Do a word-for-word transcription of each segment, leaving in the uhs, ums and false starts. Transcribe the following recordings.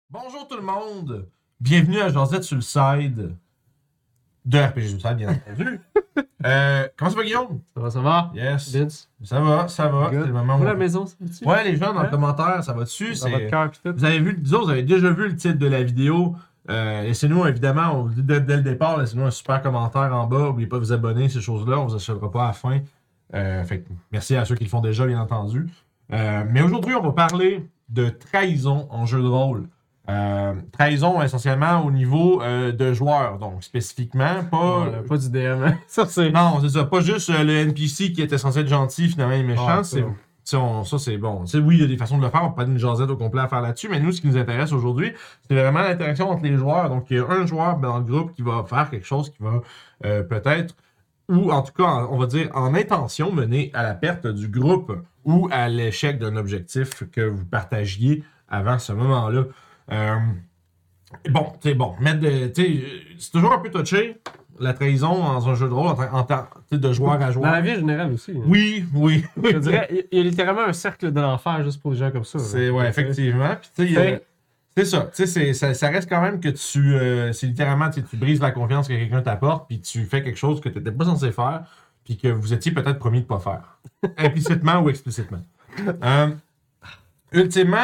Bonjour tout le monde! Bienvenue à Josette sur le side de R P G sur le side, bien entendu. euh, comment ça va, Guillaume? Ça va, ça va? Yes. Vince? Ça va, ça va. Good. C'est le moment Pour où la on- maison, ça va-tu? Ouais, les gens dans Hein? le commentaire, ça va dessus. Dans votre C'est... cœur pis tout? Vous avez vu, disons, vous avez déjà vu le titre de la vidéo. Euh, laissez-nous, évidemment, on vous dit dès, dès le départ, laissez-nous un super commentaire en bas. N'oubliez pas de vous abonner, ces choses-là. On vous achètera pas à la fin. Euh, fait que merci à ceux qui le font déjà, bien entendu. Euh, mais aujourd'hui, on va parler de trahison en jeu de rôle. Euh, trahison essentiellement au niveau euh, de joueurs, donc spécifiquement, pas. Ouais, pas du D M. hein. Ça, c'est. Non, c'est ça, pas juste euh, le N P C qui était censé être gentil, finalement il est méchant. Ah, c'est, ça. c'est- on- ça, c'est bon. Tu sais, oui, il y a des façons de le faire, on peut pas une jasette au complet à faire là-dessus, mais nous, ce qui nous intéresse aujourd'hui, c'est vraiment l'interaction entre les joueurs. Donc, il y a un joueur dans le groupe qui va faire quelque chose qui va euh, peut-être, ou en tout cas, en- on va dire en intention, mener à la perte du groupe ou à l'échec d'un objectif que vous partagiez avant ce moment-là. Euh, bon, c'est bon, mettre de, tu sais, c'est toujours un peu touché, la trahison dans un jeu de rôle en, tant- en tant tu sais, de joueur à joueur. Dans la vie générale aussi. hein. Oui, oui. Je dirais, il il y a littéralement un cercle de l'enfer juste pour les gens comme ça. C'est, là. ouais, effectivement. Puis, tu sais, il y a- Fait- c'est ça. Tu sais, c'est- ça, ça reste quand même que tu. euh, c'est littéralement, tu sais, tu brises la confiance que quelqu'un t'apporte, puis tu fais quelque chose que tu n'étais pas censé faire, puis que vous étiez peut-être promis de pas faire. Implicitement ou explicitement. Euh, ultimement,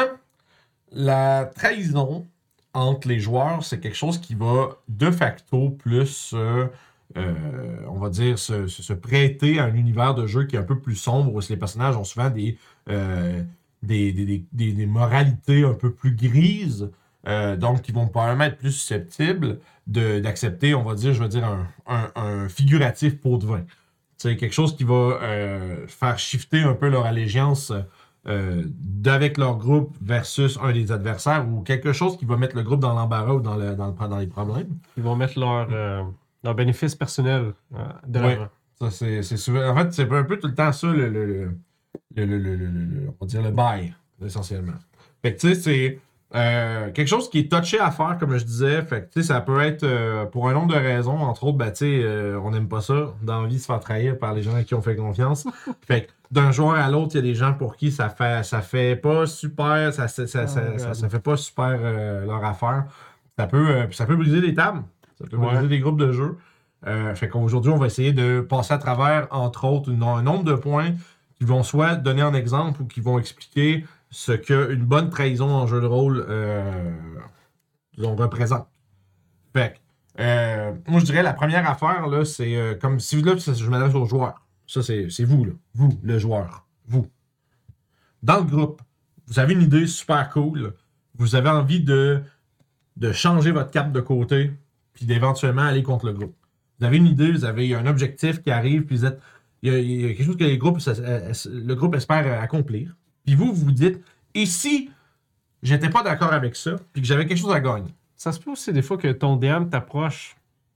la trahison entre les joueurs, c'est quelque chose qui va de facto plus, euh, euh, on va dire, se, se- se prêter à un univers de jeu qui est un peu plus sombre, où les personnages ont souvent des, euh, des, des, des- des- des moralités un peu plus grises, euh, donc qui vont probablement être plus susceptibles de- d'accepter, on va dire, je veux dire, un, un- un figuratif pot de vin. C'est quelque chose qui va euh, faire shifter un peu leur allégeance euh, d'avec leur groupe versus un des adversaires ou quelque chose qui va mettre le groupe dans l'embarras ou dans, le, dans, le- dans les problèmes. Ils vont mettre leur, euh, leur bénéfice personnel euh, de Ouais. l'avant. Ça, c'est, c'est souvent- En fait, c'est un peu tout le temps ça, le, le, le, le, le- le- le- le- on va dire le bail, essentiellement. Fait que, tu sais, c'est euh, quelque chose qui est touché à faire, comme je disais. Fait que, tu sais, ça peut être euh, pour un nombre de raisons. Entre autres, ben, tu sais, euh, on n'aime pas ça. Dans la vie, se faire trahir par les gens à qui on fait confiance. Fait que, d'un joueur à l'autre, il y a des gens pour qui ça fait, ça fait pas super, ça, ça, ça, Ah, ça, regarde. ça- ça fait pas super euh, leur affaire. Ça peut, euh, puis ça peut briser les tables. Ça peut Ouais. briser des groupes de jeux. Euh, fait qu'aujourd'hui, on va essayer de passer à travers, entre autres, une- un nombre de points qui vont soit donner un exemple ou qui vont expliquer ce qu'une bonne trahison en jeu de rôle euh, disons, représente. Fait que, euh, moi, je dirais la première affaire, là, c'est euh, comme si là, ça, je m'adresse aux joueurs. Ça, c'est, c'est vous, là. Vous, le joueur. Vous. Dans le groupe, vous avez une idée super cool. Vous avez envie de, de changer votre carte de côté puis d'éventuellement aller contre le groupe. Vous avez une idée, vous avez un objectif qui arrive, puis vous êtes. Il y a, il y a quelque chose que les groupes, ça- euh, le groupe espère euh, accomplir. Puis vous, vous vous dites, et si j'étais pas d'accord avec ça, puis que j'avais quelque chose à gagner Ça se peut aussi des fois que ton D M t'approche.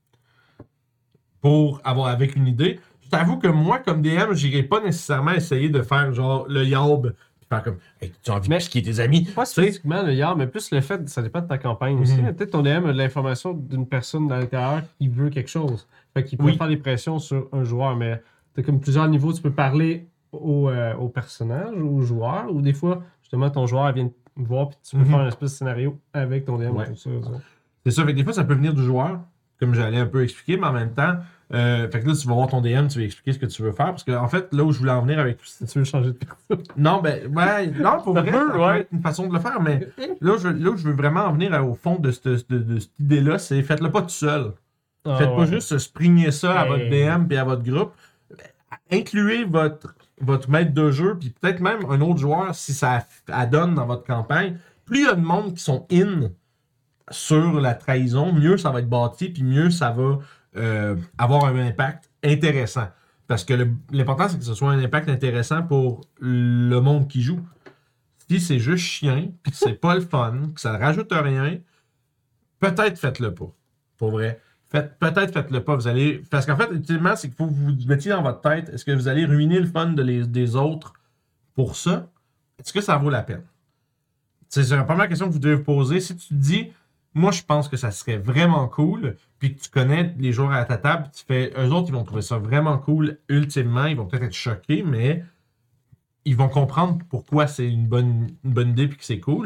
pour avoir avec une idée. Je t'avoue que moi, comme D M, j'irais pas nécessairement essayer de faire genre le yob, puis faire comme, hey, tu as envie Mais- de piquer tes amis. Pas Tu sais? spécifiquement le yard, mais plus le fait, ça dépend de ta campagne aussi. Mhm. mais Peut-être ton D M a de l'information d'une personne dans l'intérieur qui veut quelque chose. Fait qu'il peut Oui. faire des pressions sur un joueur, mais t'as comme plusieurs niveaux. Tu peux parler au, euh, au personnage, au joueur, ou des fois, justement, ton joueur vient te voir puis tu peux Mhm. faire un espèce de scénario avec ton D M Ouais. pour ça. ça. C'est ça, fait que des fois, ça peut venir du joueur, comme j'allais un peu expliquer, mais en même temps, euh, fait que là, tu vas voir ton D M, tu vas expliquer ce que tu veux faire, parce que en fait, là où je voulais en venir avec tout ça. Si tu veux changer de personne. Non, ben, ouais, non, pour Ça vrai, peut, ça peut ouais. être une façon de le faire, mais là, je, là où je veux vraiment en venir à- au fond de, cette- de- de cette idée-là, c'est faites-le pas tout seul. Ah, Faites pas ouais. juste sprinter ça à Hey. votre D M et à votre groupe. Incluez votre, votre maître de jeu, puis peut-être même un autre joueur si ça adonne dans votre campagne. Plus il y a de monde qui sont in sur la trahison, mieux ça va être bâti, puis mieux ça va euh, avoir un impact intéressant. Parce que le- l'important, c'est que ce soit un impact intéressant pour le monde qui joue. Si c'est juste chien, puis que c'est pas le fun, que ça ne rajoute rien, peut-être faites-le pas. Pour vrai. Faites, peut-être faites-le pas. Vous allez. Parce qu'en fait, ultimement, c'est qu'il faut que vous vous mettiez dans votre tête, est-ce que vous allez ruiner le fun de les- des autres pour ça? Est-ce que ça vaut la peine? C'est la première question que vous devez vous poser. Si tu te dis, moi, je pense que ça serait vraiment cool, puis que tu connais les joueurs à ta table, tu fais, eux autres, ils vont trouver ça vraiment cool, ultimement, ils vont peut-être être choqués, mais ils vont comprendre pourquoi c'est une bonne, une bonne idée puis que c'est cool.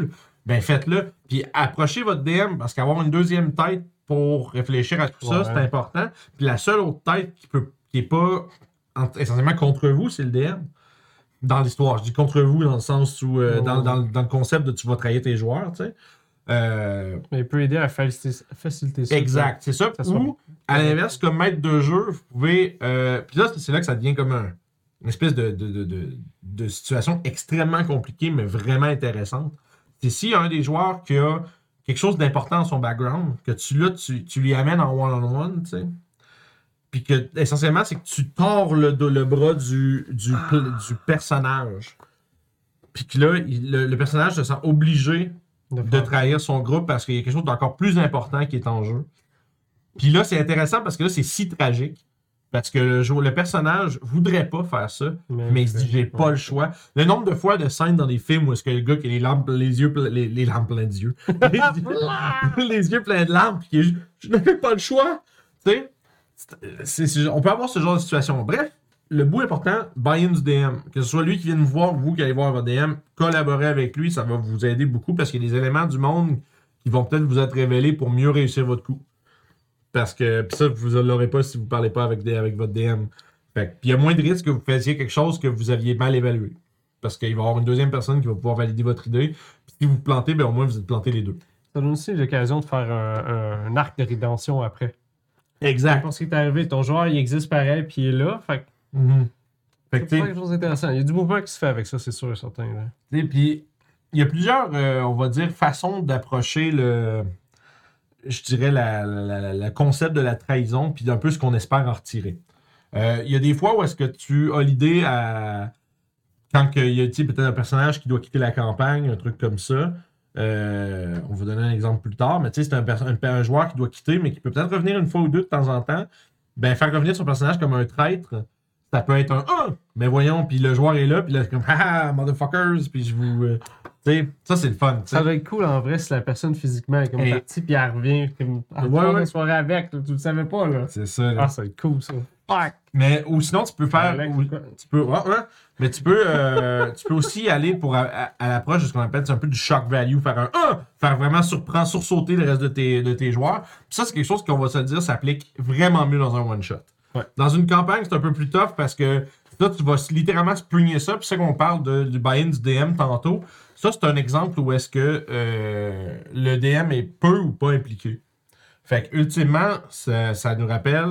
ben faites-le. Puis approchez votre D M, parce qu'avoir une deuxième tête pour réfléchir à tout ça, Ouais. c'est important. Puis la seule autre tête qui peut qui est pas en- essentiellement contre vous, c'est le D M. Dans l'histoire. Je dis contre vous dans le sens où, euh, Ouais. dans, dans, dans le concept de tu vas trahir tes joueurs, tu sais. Euh, Mais il peut aider à faciliter, faciliter ça. exact, c'est ça. Ça soit- Ou, à l'inverse, comme maître de jeu, vous pouvez. Euh, puis là, c'est là que ça devient comme un, une espèce de, de, de, de, de situation extrêmement compliquée, mais vraiment intéressante. C'est s'il y a un des joueurs qui a quelque chose d'important dans son background, que tu, là, tu, tu lui amènes en one-on-one, tu sais. Puis que, essentiellement, c'est que tu tords le, le bras du, du, pl- du personnage. Puis que là, il- le, le personnage se sent obligé De de faire- trahir son groupe parce qu'il y a quelque chose d'encore plus important qui est en jeu. Puis là, c'est intéressant parce que là, c'est si tragique. Parce que le, jou- le personnage voudrait pas faire ça, mais il se dit, j'ai pas le choix. Le nombre de fois de scènes dans des films où est-ce que le gars qui a les lampes, les yeux, ple- les, les lampes pleins d'yeux, les, yeux- les yeux pleins de lampes, puis qui est juste, je n'avais pas le choix. Tu sais, c'est- c'est- on peut avoir ce genre de situation. Bref, le bout important, buy-in du D M. Que ce soit lui qui vienne vous voir, vous qui allez voir votre D M, collaborer avec lui, ça va vous aider beaucoup parce qu'il y a des éléments du monde qui vont peut-être vous être révélés pour mieux réussir votre coup. Parce que pis ça, vous ne l'aurez pas si vous ne parlez pas avec, des, avec votre D M. Fait que, puis il y a moins de risques que vous fassiez quelque chose que vous aviez mal évalué. Parce qu'il va y avoir une deuxième personne qui va pouvoir valider votre idée. Puis si vous vous plantez, ben au moins vous êtes planté les deux. Ça donne aussi l'occasion de faire un, un- un arc de rédemption après. Exact. Parce qu'il est arrivé, ton joueur il existe pareil, puis il est là. Fait que Mhm. Fait que, c'est tu pas quelque chose d'intéressant. Il y a du mouvement qui se fait avec ça, c'est sûr et certain. Là. sais, puis il y a plusieurs, euh, on va dire, façons d'approcher le. Je dirais la- la- la- le concept de la trahison, puis d'un peu ce qu'on espère en retirer. Euh, Il y a des fois où est-ce que tu as l'idée à. Quand il y a tu sais, peut-être un personnage qui doit quitter la campagne, un truc comme ça. Euh, on va donner un exemple plus tard, mais tu sais, c'est un, perso- un, un joueur qui doit quitter, mais qui peut peut-être revenir une fois ou deux de temps en temps. Ben, faire revenir son personnage comme un traître, ça peut être un Ah! Mais voyons, puis le joueur est là, puis là, c'est comme Ah, motherfuckers, puis je vous. euh, tu sais, ça, c'est le fun. tu sais. Ça doit être cool en vrai si la personne physiquement est comme Et- partie, puis elle revient, comme, elle Ouais, passe ouais. la soirée avec, là, tu le savais pas. Là. C'est ça, là. Ah, ça va être cool ça. Fuck! Mais ou sinon, tu peux faire. Alex, ou- quoi? tu peux, ouais, ouais. Mais tu peux, euh, tu peux aussi aller pour à, à- à l'approche de ce qu'on appelle c'est un peu du shock value, faire un Ah! Faire vraiment surprendre, sursauter le reste de tes, de tes joueurs. Puis ça, c'est quelque chose qu'on va se dire s'applique vraiment mieux dans un one-shot. Ouais. Dans une campagne, c'est un peu plus tough parce que là, tu vas littéralement springer ça. Puis c'est ça qu'on parle de, du buy-in du D M tantôt. Ça, c'est un exemple où est-ce que euh, le D M est peu ou pas impliqué. Fait que, ultimement, ça, ça nous rappelle.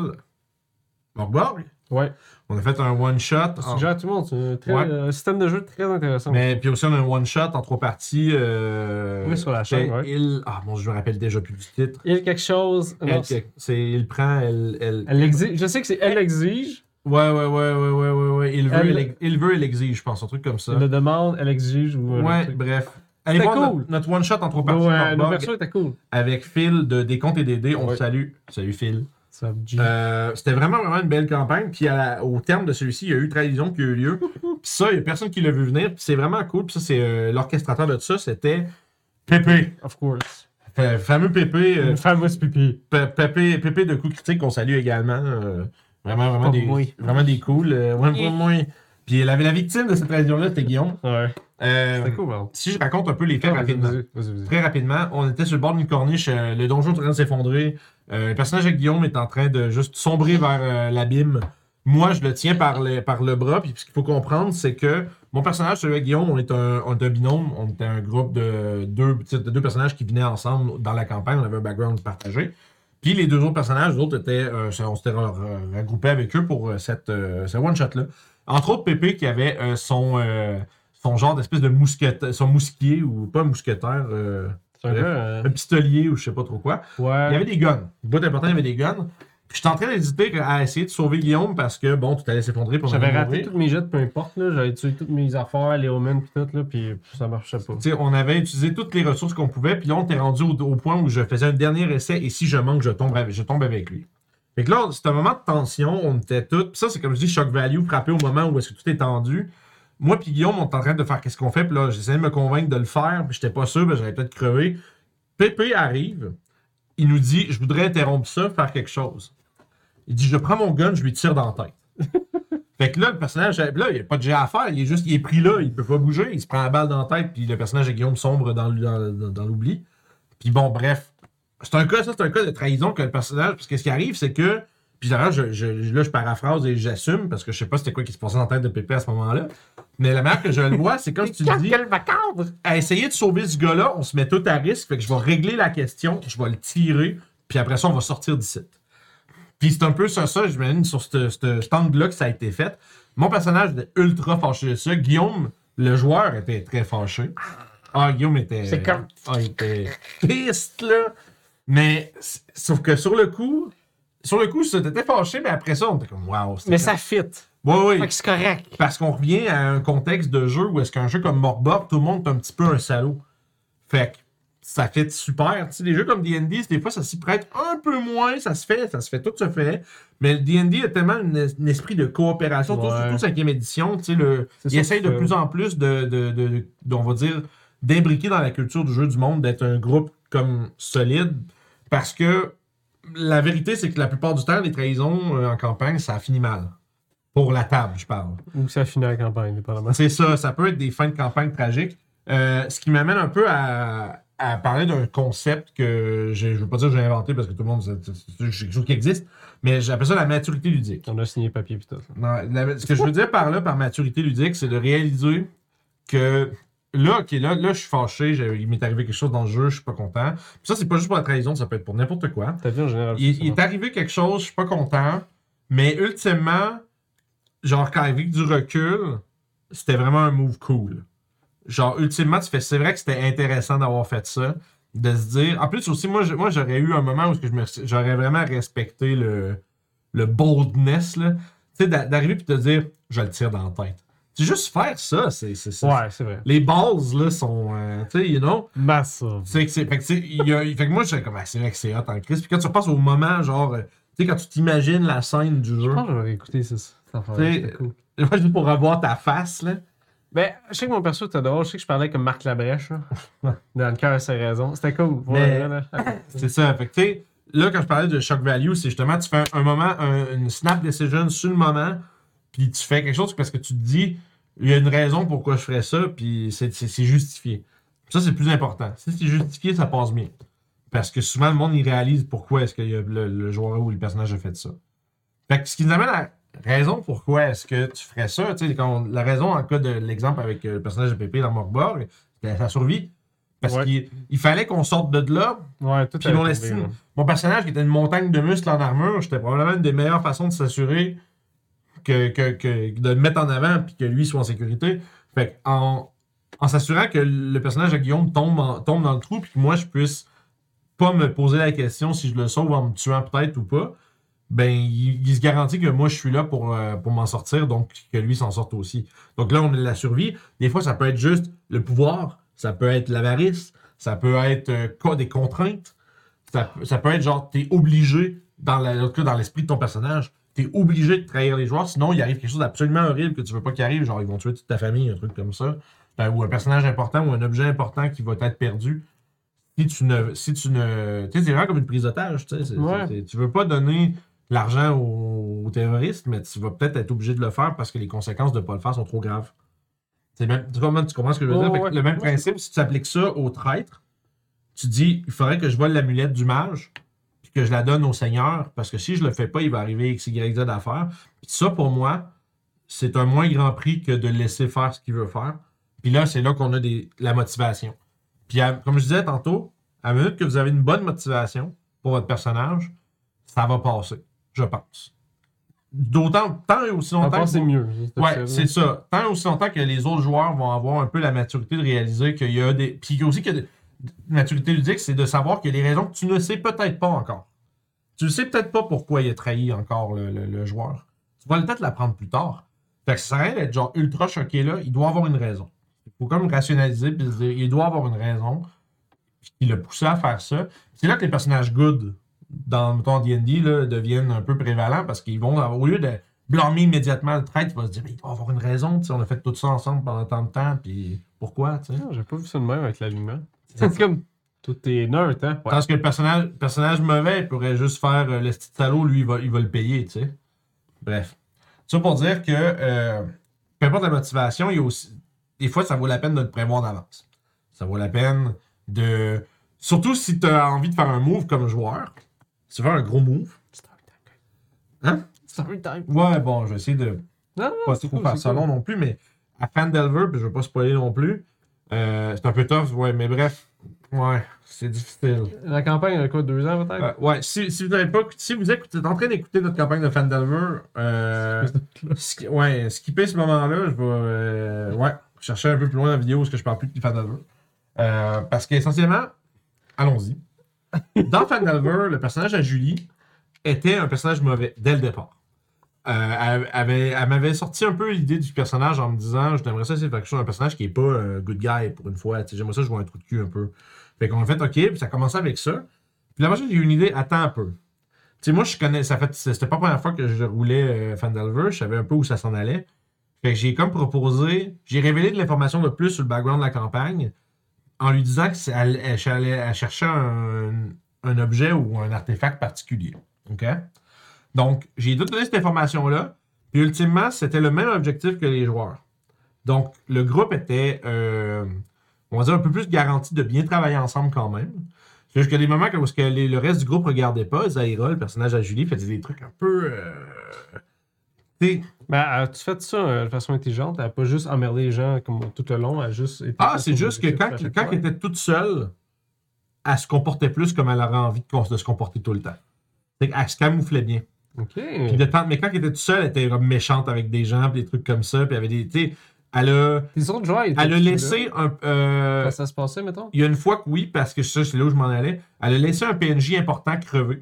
Morgborg. Ouais. On a fait un one-shot. Je en- suggère à tout le monde, c'est un très- Ouais. un système de jeu très intéressant. Mais puis aussi, on a un one-shot en trois parties. Euh, Oui, sur la chaîne, c'est ouais. il... Ah, bon, je me rappelle déjà plus du titre. Il y a quelque chose. non, Elle, c'est- c'est, il prend, elle, elle... elle exige. Je sais que c'est elle exige, Ouais, ouais, ouais, ouais, ouais, ouais, ouais. Il veut, Elle- elle, ex- il veut, elle exige, je pense, un truc comme ça. elle le demande, elle exige ou. euh, Ouais, le truc. bref. Allez C'était voir cool. notre, notre one-shot en trois parties. Ouais, Morgborg, l'ouverture était cool. avec Phil de Des Comptes et des Dés. On Ouais. le salue. Salut Phil. Ça me dit. Euh, c'était vraiment, vraiment une belle campagne. Puis à la- au terme de celui-ci, il y a eu trahison qui a eu lieu. Puis ça, il n'y a personne qui l'a vu venir. Puis c'est vraiment cool. Puis ça, c'est euh, l'orchestrateur de ça, c'était Pépé. Of course. Fa- fameux Pépé. euh, Une fameuse pipi. Pe- Pépé, Pépé de Coup Critique qu'on salue également. euh, vraiment, vraiment Pas des, moi. vraiment des cools. euh, ouais, pas moi. Puis la, la victime de cette trahison-là, c'était Guillaume. Ouais. Euh, C'était cool, pardon. si je raconte un peu les faits Vas-y, rapidement. vas-y, vas-y, vas-y. Très rapidement, on était sur le bord d'une corniche, euh, le donjon est en train de s'effondrer. Euh, le personnage de Guillaume est en train de juste sombrer vers euh, l'abîme. Moi, je le tiens par le, par le bras. Puis ce qu'il faut comprendre, c'est que mon personnage, celui de Guillaume, on est un, on est un binôme. On était un groupe de deux, de deux personnages qui venaient ensemble dans la campagne. On avait un background partagé. Puis les deux autres personnages, les autres étaient, euh, on s'était re- re- regroupés avec eux pour euh, cette, euh, ce one-shot-là. Entre autres, Pépé qui avait euh, son, euh, son genre d'espèce de mousquetaire, son mousquier, ou pas un mousquetaire, euh, C'est un bref, gars. euh, un pistolier ou je sais pas trop quoi. Il y Ouais. avait des guns. Le bout important, il y avait des guns. Puis j'étais en train d'hésiter à essayer de sauver Guillaume parce que, bon, tout allait s'effondrer pour J'avais raté tous mes jets, peu importe. là. J'avais tué toutes mes affaires, les Omen pis tout, là, pis ça marchait pas. Tu sais, on avait utilisé toutes les ressources qu'on pouvait, puis là, on était rendu au, au point où je faisais un dernier essai, et si je manque, je tombe avec, je tombe avec lui. Fait que là, c'était un moment de tension, on était tous, puis ça, c'est comme je dis, shock value, frappé au moment où est-ce que tout est tendu. Moi puis Guillaume, on est en train de faire qu'est-ce qu'on fait, puis là, j'essayais de me convaincre de le faire, puis j'étais pas sûr, ben, j'allais peut-être crever. Pépé arrive, il nous dit, je voudrais interrompre ça, faire quelque chose. Il dit, je prends mon gun, je lui tire dans la tête. Fait que là, le personnage, là, il n'y a pas de jet à faire, il est juste, il est pris là, il peut pas bouger, il se prend la balle dans la tête, puis le personnage de Guillaume sombre dans, dans, dans, dans l'oubli. Puis bon, bref. C'est un cas, ça, c'est un cas de trahison que le personnage, parce que ce qui arrive, c'est que, puis d'ailleurs, je, je, là, je paraphrase et j'assume, parce que je sais pas c'était quoi qui se passait dans la tête de Pépé à ce moment-là, mais la manière que je le vois, c'est quand tu dis, à essayer de sauver ce gars-là, on se met tout à risque, fait que je vais régler la question, je vais le tirer, puis après ça, on va sortir d'ici. Puis c'est un peu ça, ça, j'imagine, sur ce cet angle-là que ça a été fait. Mon personnage était ultra fâché de ça. Guillaume, le joueur, était très fâché. Ah, Guillaume était... C'est comme... Ah, il était piste, là. Mais, sauf que sur le coup, sur le coup, ça, t'étais fâché, mais après ça, on était comme, waouh. Mais ça fit. Oui, oui. Fait que c'est correct. Parce qu'on revient à un contexte de jeu où est-ce qu'un jeu comme Morkborg, tout le monde est un petit peu un salaud. Fait que ça fait super. Tu sais, des jeux comme D and D, des fois, ça s'y prête un peu moins. Ça se fait, ça se fait, tout se fait. Mais le D and D a tellement un esprit de coopération, Ouais. surtout cinquième édition. Tu sais, le, C'est il ça essaye qu'il de fait. plus en plus de, de, de, de- de- on va dire, d'imbriquer dans la culture du jeu du monde, d'être un groupe comme solide. Parce que la vérité, c'est que la plupart du temps, les trahisons euh, en campagne, ça finit mal. Pour la table, je parle. Ou ça finit la campagne, dépendamment. C'est ça, ça peut être des fins de campagne tragiques. Euh, ce qui m'amène un peu à, à parler d'un concept que je ne veux pas dire que j'ai inventé parce que tout le monde, c'est c'est quelque chose qui existe, mais j'appelle ça la maturité ludique. On a signé papier pis tout. Non, la- ce que je veux dire par là, par maturité ludique, c'est de réaliser que là, ok, là, là, je suis fâché, j'ai- il m'est arrivé quelque chose dans le jeu, je suis pas content. Puis ça, c'est pas juste pour la trahison, ça peut être pour n'importe quoi. Ta vie en général. Il, c'est il est ça. arrivé quelque chose, je suis pas content, mais ultimement, genre, quand avec du recul, c'était vraiment un move cool. Genre, ultimement, tu fais, c'est vrai que c'était intéressant d'avoir fait ça, de se dire. En plus, aussi, moi, je- moi j'aurais eu un moment où je me, j'aurais vraiment respecté le, le boldness, là. Tu sais, d'a- d'arriver et de dire, je le tire dans la tête. C'est juste faire ça, c'est. c'est, c'est- Ouais, c'est vrai. Les balls, là, sont. euh, tu sais, you know. Massive. C'est que c'est. Fait que, tu sais, il y a- fait que moi, j'étais comme, ah, c'est vrai que c'est hot en crise. Puis quand tu repasses au moment, genre, euh, tu sais, quand tu t'imagines la scène du jeu, Je pense que j'aurais écouté ça. cette affaire-là, T'sais, c'était cool. juste pour revoir ta face, là. Ben, je sais que mon perso était drôle. Je sais que je parlais comme Marc Labrèche. Là. Dans le cœur à ses raisons. C'était cool. Pour Mais- vrai, là. C'est ça. Fait que, tu sais, là, quand je parlais de shock value, c'est justement, tu fais un, un moment, un- une snap decision sur le moment, puis tu fais quelque chose parce que tu te dis, il y a une raison pourquoi je ferais ça, puis c'est, c'est, c'est justifié. Ça, c'est le plus important. Si c'est justifié, ça passe bien. Parce que souvent, le monde, il réalise pourquoi est-ce que le, le joueur ou le personnage a fait ça. Fait que ce qui nous amène à la raison pourquoi est-ce que tu ferais ça, tu sais, quand on- la raison en cas de l'exemple avec euh, le personnage de Pépé dans Morkborg, c'était sa survie. Parce Ouais. qu'il il fallait qu'on sorte de là. Ouais, tout Puis avait mon tombé, estime, là. mon personnage qui était une montagne de muscles en armure, c'était probablement une des meilleures façons de s'assurer que, que, que- de le mettre en avant puis que lui soit en sécurité. Fait que en, en s'assurant que le personnage de Guillaume tombe, en- tombe dans le trou puis que moi je puisse pas me poser la question si je le sauve en me tuant peut-être ou pas, ben il, il se garantit que moi je suis là pour, euh, pour m'en sortir, donc que lui s'en sorte aussi. Donc là, on a la survie. Des fois, ça peut être juste le pouvoir, ça peut être l'avarice, ça peut être euh, quoi, des contraintes. Ça, ça peut être genre, t'es obligé, dans, la, en tout cas, dans l'esprit de ton personnage, t'es obligé de trahir les joueurs, sinon il arrive quelque chose d'absolument horrible que tu veux pas qu'il arrive, genre ils vont tuer toute ta famille, un truc comme ça. Ben, ou un personnage important ou un objet important qui va être perdu. Si tu ne. Si tu ne. Tu sais, c'est vraiment comme une prise d'otage, tu sais. c'est- Ouais. c'est- Tu veux pas donner l'argent aux, aux terroristes, mais tu vas peut-être être obligé de le faire parce que les conséquences de pas le faire sont trop graves. C'est même, tu, comprends, tu comprends ce que je veux Ouais, dire? Fait que ouais. le même Ouais, principe, si tu appliques ça au traître, tu dis, il faudrait que je vole l'amulette du mage, puis que je la donne au seigneur, parce que si je le fais pas, il va arriver X, Y, Z à faire. Puis ça, pour moi, c'est un moins grand prix que de le laisser faire ce qu'il veut faire. Puis là, c'est là qu'on a des, la motivation. Puis, à- comme je disais tantôt, à la minute que vous avez une bonne motivation pour votre personnage, ça va passer, je pense. D'autant, tant et aussi En longtemps. pense que c'est vous- mieux. Ouais, c'est ça. Tant et aussi longtemps que les autres joueurs vont avoir un peu la maturité de réaliser qu'il y a des. Puis aussi que de- maturité ludique, c'est de savoir qu'il y a des raisons que tu ne sais peut-être pas encore. Tu ne sais peut-être pas pourquoi il a trahi encore le, le- le joueur. Tu vas peut-être l'apprendre plus tard. Fait que ça sert à rien d'être genre ultra choqué là. Il doit avoir une raison. Il faut comme rationaliser puis se dire, il doit avoir une raison qui l'a poussé à faire ça. C'est là que les personnages good dans ton D and D là, deviennent un peu prévalents parce qu'ils vont, au lieu de blâmer immédiatement le traître, il va se dire, mais il doit avoir une raison, tu sais, on a fait tout ça ensemble pendant tant de temps, puis pourquoi, tu sais. J'ai pas vu ça de même avec l'alignement. C'est comme. Tout est neutre, hein? Ouais. Parce que le personnage, personnage mauvais il pourrait juste faire euh, le petit salaud, lui, il va, il va le payer, tu sais. Bref. Ça pour dire que euh, peu importe la motivation, il y a aussi. Des fois, ça vaut la peine de le prévoir d'avance. Ça vaut la peine de. Surtout si tu as envie de faire un move comme joueur. Si tu veux faire un gros move. Story time. Hein? Story time. Ouais, bon, je vais essayer de Non, non, pas c'est trop cool, faire c'est ça cool. long non plus, mais à Fandelver, puis je veux pas spoiler non plus. Euh, c'est un peu tough, ouais, mais bref. Ouais, c'est difficile. La campagne, elle a quoi, deux ans peut-être? Euh, ouais, si, si vous n'avez pas si vous êtes en train d'écouter notre campagne de Fandelver, euh, sk- ouais, skipper ce moment-là, je vais euh, ouais, chercher un peu plus loin dans la vidéo parce que je parle plus de Fandelver. Euh, parce qu'essentiellement, allons-y. Dans Fandelver, le personnage à Julie était un personnage mauvais dès le départ. Euh, elle, avait- elle m'avait sorti un peu l'idée du personnage en me disant j'aimerais ça essayer de faire quelque chose, un personnage qui est pas un good guy pour une fois. J'aimerais ça jouer un trou de cul un peu. Fait qu'on a fait OK, puis ça a commencé avec ça. Puis là, moi, j'ai eu une idée, attends un peu. Tu sais, moi, je connais, ça fait, c'était pas la première fois que je roulais euh, Fandelver, je savais un peu où ça s'en allait. Fait que j'ai comme proposé, j'ai révélé de l'information de plus sur le background de la campagne en lui disant qu'elle elle, elle, elle cherchait un, un objet ou un artefact particulier. OK? Donc, j'ai tout donné cette information-là, puis ultimement, c'était le même objectif que les joueurs. Donc, le groupe était, euh, on va dire, un peu plus garanti de bien travailler ensemble quand même. C'est juste que des moments où les, le reste du groupe ne regardait pas, Zaira, le personnage à Julie, faisait des trucs un peu. Euh, t'sais, Ben, as-tu fait ça euh, de façon intelligente? Elle a pas juste emmerdé les gens comme tout le long, elle a juste été. ah, c'est juste que quand, quand elle était toute seule, elle se comportait plus comme elle aurait envie de, de se comporter tout le temps. C'est qu'elle se camouflait bien. Ok. Puis de temps, mais quand elle était toute seule, elle était comme méchante avec des gens, puis des trucs comme ça, puis elle avait des. Tu sais, elle a. Les autres joueurs, ils étaient Elle a là laissé un. euh, quand ça se passait, mettons? il y a une fois que oui, parce que ça, c'est là où je m'en allais. Elle a laissé un P N J important crever.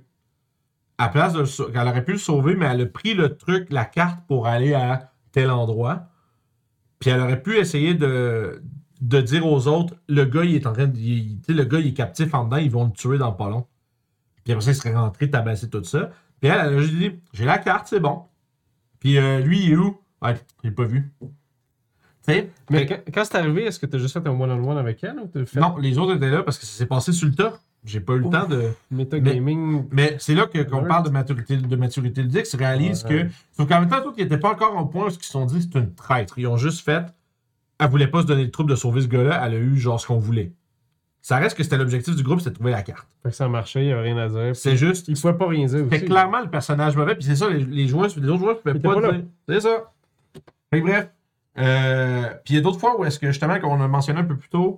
À place de le sau- elle aurait pu le sauver, mais elle a pris le truc, la carte pour aller à tel endroit. Puis elle aurait pu essayer de, de dire aux autres, le gars, il est en train de. il- Tu sais, le gars, il est captif en dedans, ils vont le tuer dans pas long. Puis après ça, il serait rentré, tabasser tout ça. Puis elle, elle a juste dit, j'ai la carte, c'est bon. Puis euh, lui, il est où? Ouais, je l'ai pas vu. Tu sais? Mais Fait- quand, quand c'est arrivé, est-ce que tu as juste fait un one-on-one avec elle ou tu as fait Non, les autres étaient là parce que ça s'est passé sur le tas. J'ai pas eu le Ouf. temps de. metagaming? Mais c'est là que, qu'on Ouais. parle de maturité, de maturité ludique, tu réalises Ouais. que. Sauf qu'en même temps, d'autres qui n'étaient pas encore au point où ils se sont dit c'est une traître. Ils ont juste fait. Elle voulait pas se donner le trouble de sauver ce gars-là, elle a eu genre ce qu'on voulait. Ça reste que c'était l'objectif du groupe, c'était de trouver la carte. Fait que ça a marché, il n'y avait rien à dire. C'est juste. Il pouvait pas rien dire Fait aussi. clairement le personnage mauvais, puis c'est ça, les, les joueurs, les autres joueurs ne pouvaient Ils étaient pas, pas là. dire. C'est ça. Fait que bref. Euh, puis il y a d'autres fois où est-ce que justement, comme on a mentionné un peu plus tôt,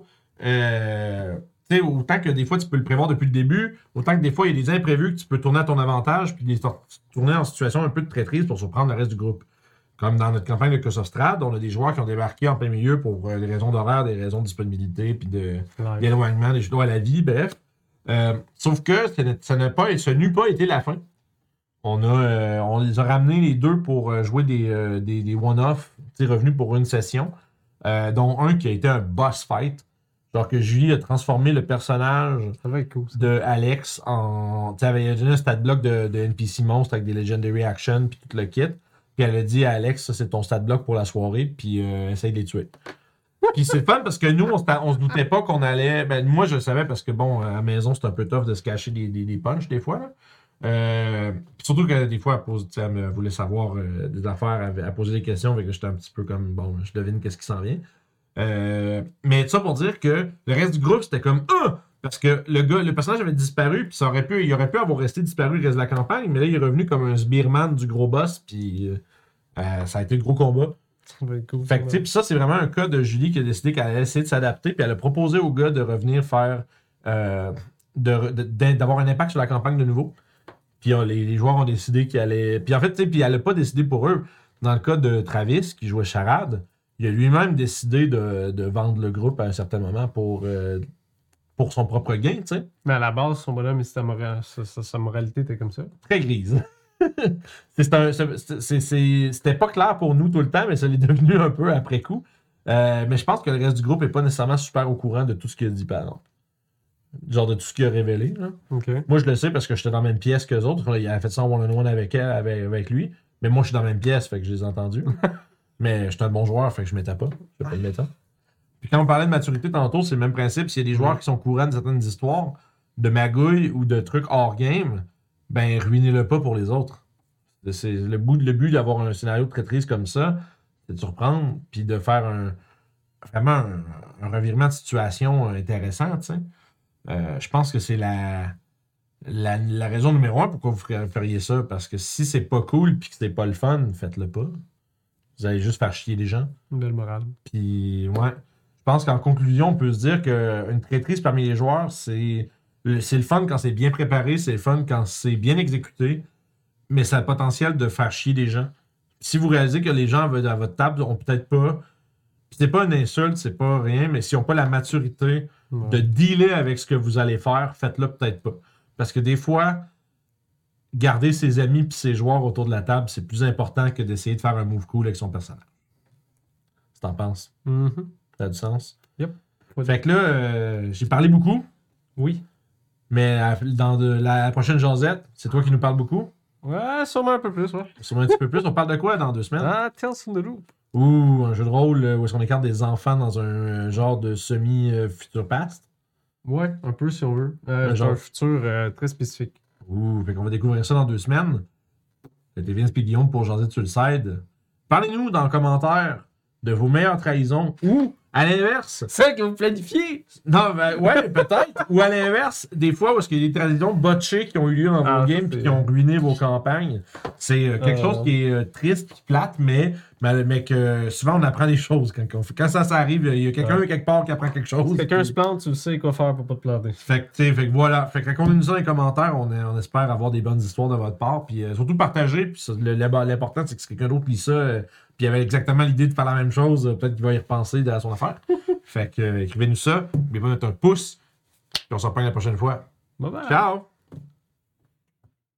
euh, tu sais, autant que des fois tu peux le prévoir depuis le début, autant que des fois il y a des imprévus que tu peux tourner à ton avantage, puis les tor- tourner en situation un peu de traîtrise pour surprendre le reste du groupe. Comme dans notre campagne de Cosostrad, on a des joueurs qui ont débarqué en plein milieu pour euh, des raisons d'horaire, des raisons de disponibilité, puis de, Ouais. d'éloignement, des judos à la vie, bref. Euh, sauf que ça n'a- ça n'a pas, ça n'eût pas été la fin. On, a, euh, on les a ramenés les deux pour euh, jouer des, euh, des, des one-off, tu sais, revenus pour une session, euh, dont un qui a été un boss fight. Genre que Julie a transformé le personnage Ça va être cool. Ça. de Alex en. Tu sais, elle avait donné un stat block de, de N P C monstre avec des Legendary Actions puis tout le kit. Puis elle a dit à Alex, ça c'est ton stat block pour la soirée, puis euh, essaye de les tuer. Puis c'est fun parce que nous, on, s'ta- on se doutait pas qu'on allait. Ben, moi, je le savais parce que, bon, à la maison, c'est un peu tough de se cacher des, des, des punchs des fois. Là. Euh, puis surtout que des fois, elle, pose, tu sais, elle me voulait savoir euh, des affaires, elle, elle posait des questions, fait que j'étais un petit peu comme, bon, je devine qu'est-ce qui s'en vient. Euh, mais tout ça pour dire que le reste du groupe, c'était comme, ah! Parce que le gars, le personnage avait disparu, puis ça aurait pu, il aurait pu avoir resté disparu le reste de la campagne, mais là, il est revenu comme un sbirman du gros boss, puis euh, euh, ça a été le gros combat. Ça va être cool. Fait que, tu sais, pis ça, c'est vraiment un cas de Julie qui a décidé qu'elle allait essayer de s'adapter, puis elle a proposé au gars de revenir faire. Euh, de- de- d'avoir un impact sur la campagne de nouveau. Puis euh, les, les joueurs ont décidé qu'il allait. Puis en fait, tu sais, puis elle n'a pas décidé pour eux. Dans le cas de Travis, qui jouait Charade, il a lui-même décidé de, de vendre le groupe à un certain moment pour, euh, pour son propre gain, tu sais. Mais à la base, son bonhomme, sa, mora- sa, sa- sa moralité était comme ça. Très grise. C'est un- c'est- c'est- c'est- C'était pas clair pour nous tout le temps, mais ça l'est devenu un peu après coup. Euh, mais je pense que le reste du groupe est pas nécessairement super au courant de tout ce qu'il a dit, par exemple. Genre de tout ce qu'il a révélé. Là. Ok. Moi, je le sais parce que j'étais dans la même pièce qu'eux autres. Il avait fait ça en one-on-one avec elle, avec, avec lui. Mais moi, je suis dans la même pièce, fait que je les ai entendus. Mais je suis un bon joueur, fait que je m'étais pas. Je fais pas de méta. Puis quand on parlait de maturité tantôt, c'est le même principe. S'il y a des joueurs qui sont au courant de certaines histoires, de magouilles ou de trucs hors game, ben ruinez-le pas pour les autres. C'est le, bout, le but d'avoir un scénario de traîtrise comme ça, c'est de surprendre, puis de faire un, vraiment un, un revirement de situation intéressant, tu sais. Euh, je pense que c'est la, la, la raison numéro un pourquoi vous feriez ça, parce que si c'est pas cool puis que c'est pas le fun, faites-le pas. Vous allez juste faire chier les gens. Une belle morale. Puis, ouais. Je pense qu'en conclusion, on peut se dire qu'une traîtrise parmi les joueurs, c'est c'est le fun quand c'est bien préparé, c'est le fun quand c'est bien exécuté, mais ça a le potentiel de faire chier des gens. Si vous réalisez que les gens à votre table ont peut-être pas. C'est pas une insulte, c'est pas rien, mais s'ils n'ont pas la maturité Ouais. de dealer avec ce que vous allez faire, faites-le peut-être pas. Parce que des fois, garder ses amis et ses joueurs autour de la table, c'est plus important que d'essayer de faire un move cool avec son personnage. Si t'en penses, Mhm. ça a du sens. Yep. Fait que là, euh, j'ai parlé beaucoup, Oui. mais à- dans de, la prochaine jasette, c'est toi qui nous parles beaucoup. Ouais, sûrement un peu plus, ouais. Sûrement un petit peu plus. On parle de quoi dans deux semaines? Ah, Tales from the Loop. Ou un jeu de rôle où est-ce qu'on écarte des enfants dans un euh, genre de semi-futur past. Ouais, un peu si on veut. Euh, Un c'est genre. un futur euh, très spécifique. Ouh, fait qu'on va découvrir ça dans deux semaines. C'était Vince et Guillaume pour Jaser sur le side. Parlez-nous dans les commentaires de vos meilleures trahisons ou, à l'inverse, Celle que vous planifiez! non, ben ouais, peut-être, ou à l'inverse, des fois où est-ce qu'il y a des traditions botchées qui ont eu lieu dans Ah, vos ça, games c'est- et qui ont ruiné vos campagnes. C'est euh, quelque Euh. chose qui est euh, triste et plate, mais, mais, mais que souvent on apprend des choses. Quand, on fait- quand ça, ça arrive, il y a quelqu'un Ouais. quelque part qui apprend quelque chose. Si quelqu'un puis- se plante, tu le sais quoi faire pour pas te planter. Fait que, tu sais, fait que voilà. Fait que racontez-nous ça dans les commentaires. On, est- on espère avoir des bonnes histoires de votre part. Puis euh, surtout partager. Puis ça, le- le- l'important, c'est que si quelqu'un d'autre lit ça, euh, puis il avait exactement l'idée de faire la même chose, euh, peut-être qu'il va y repenser à son affaire. Fait que euh, écrivez-nous ça. N'oubliez pas de mettre un pouce. Puis on se reprend la prochaine fois. Bye bye! Ciao!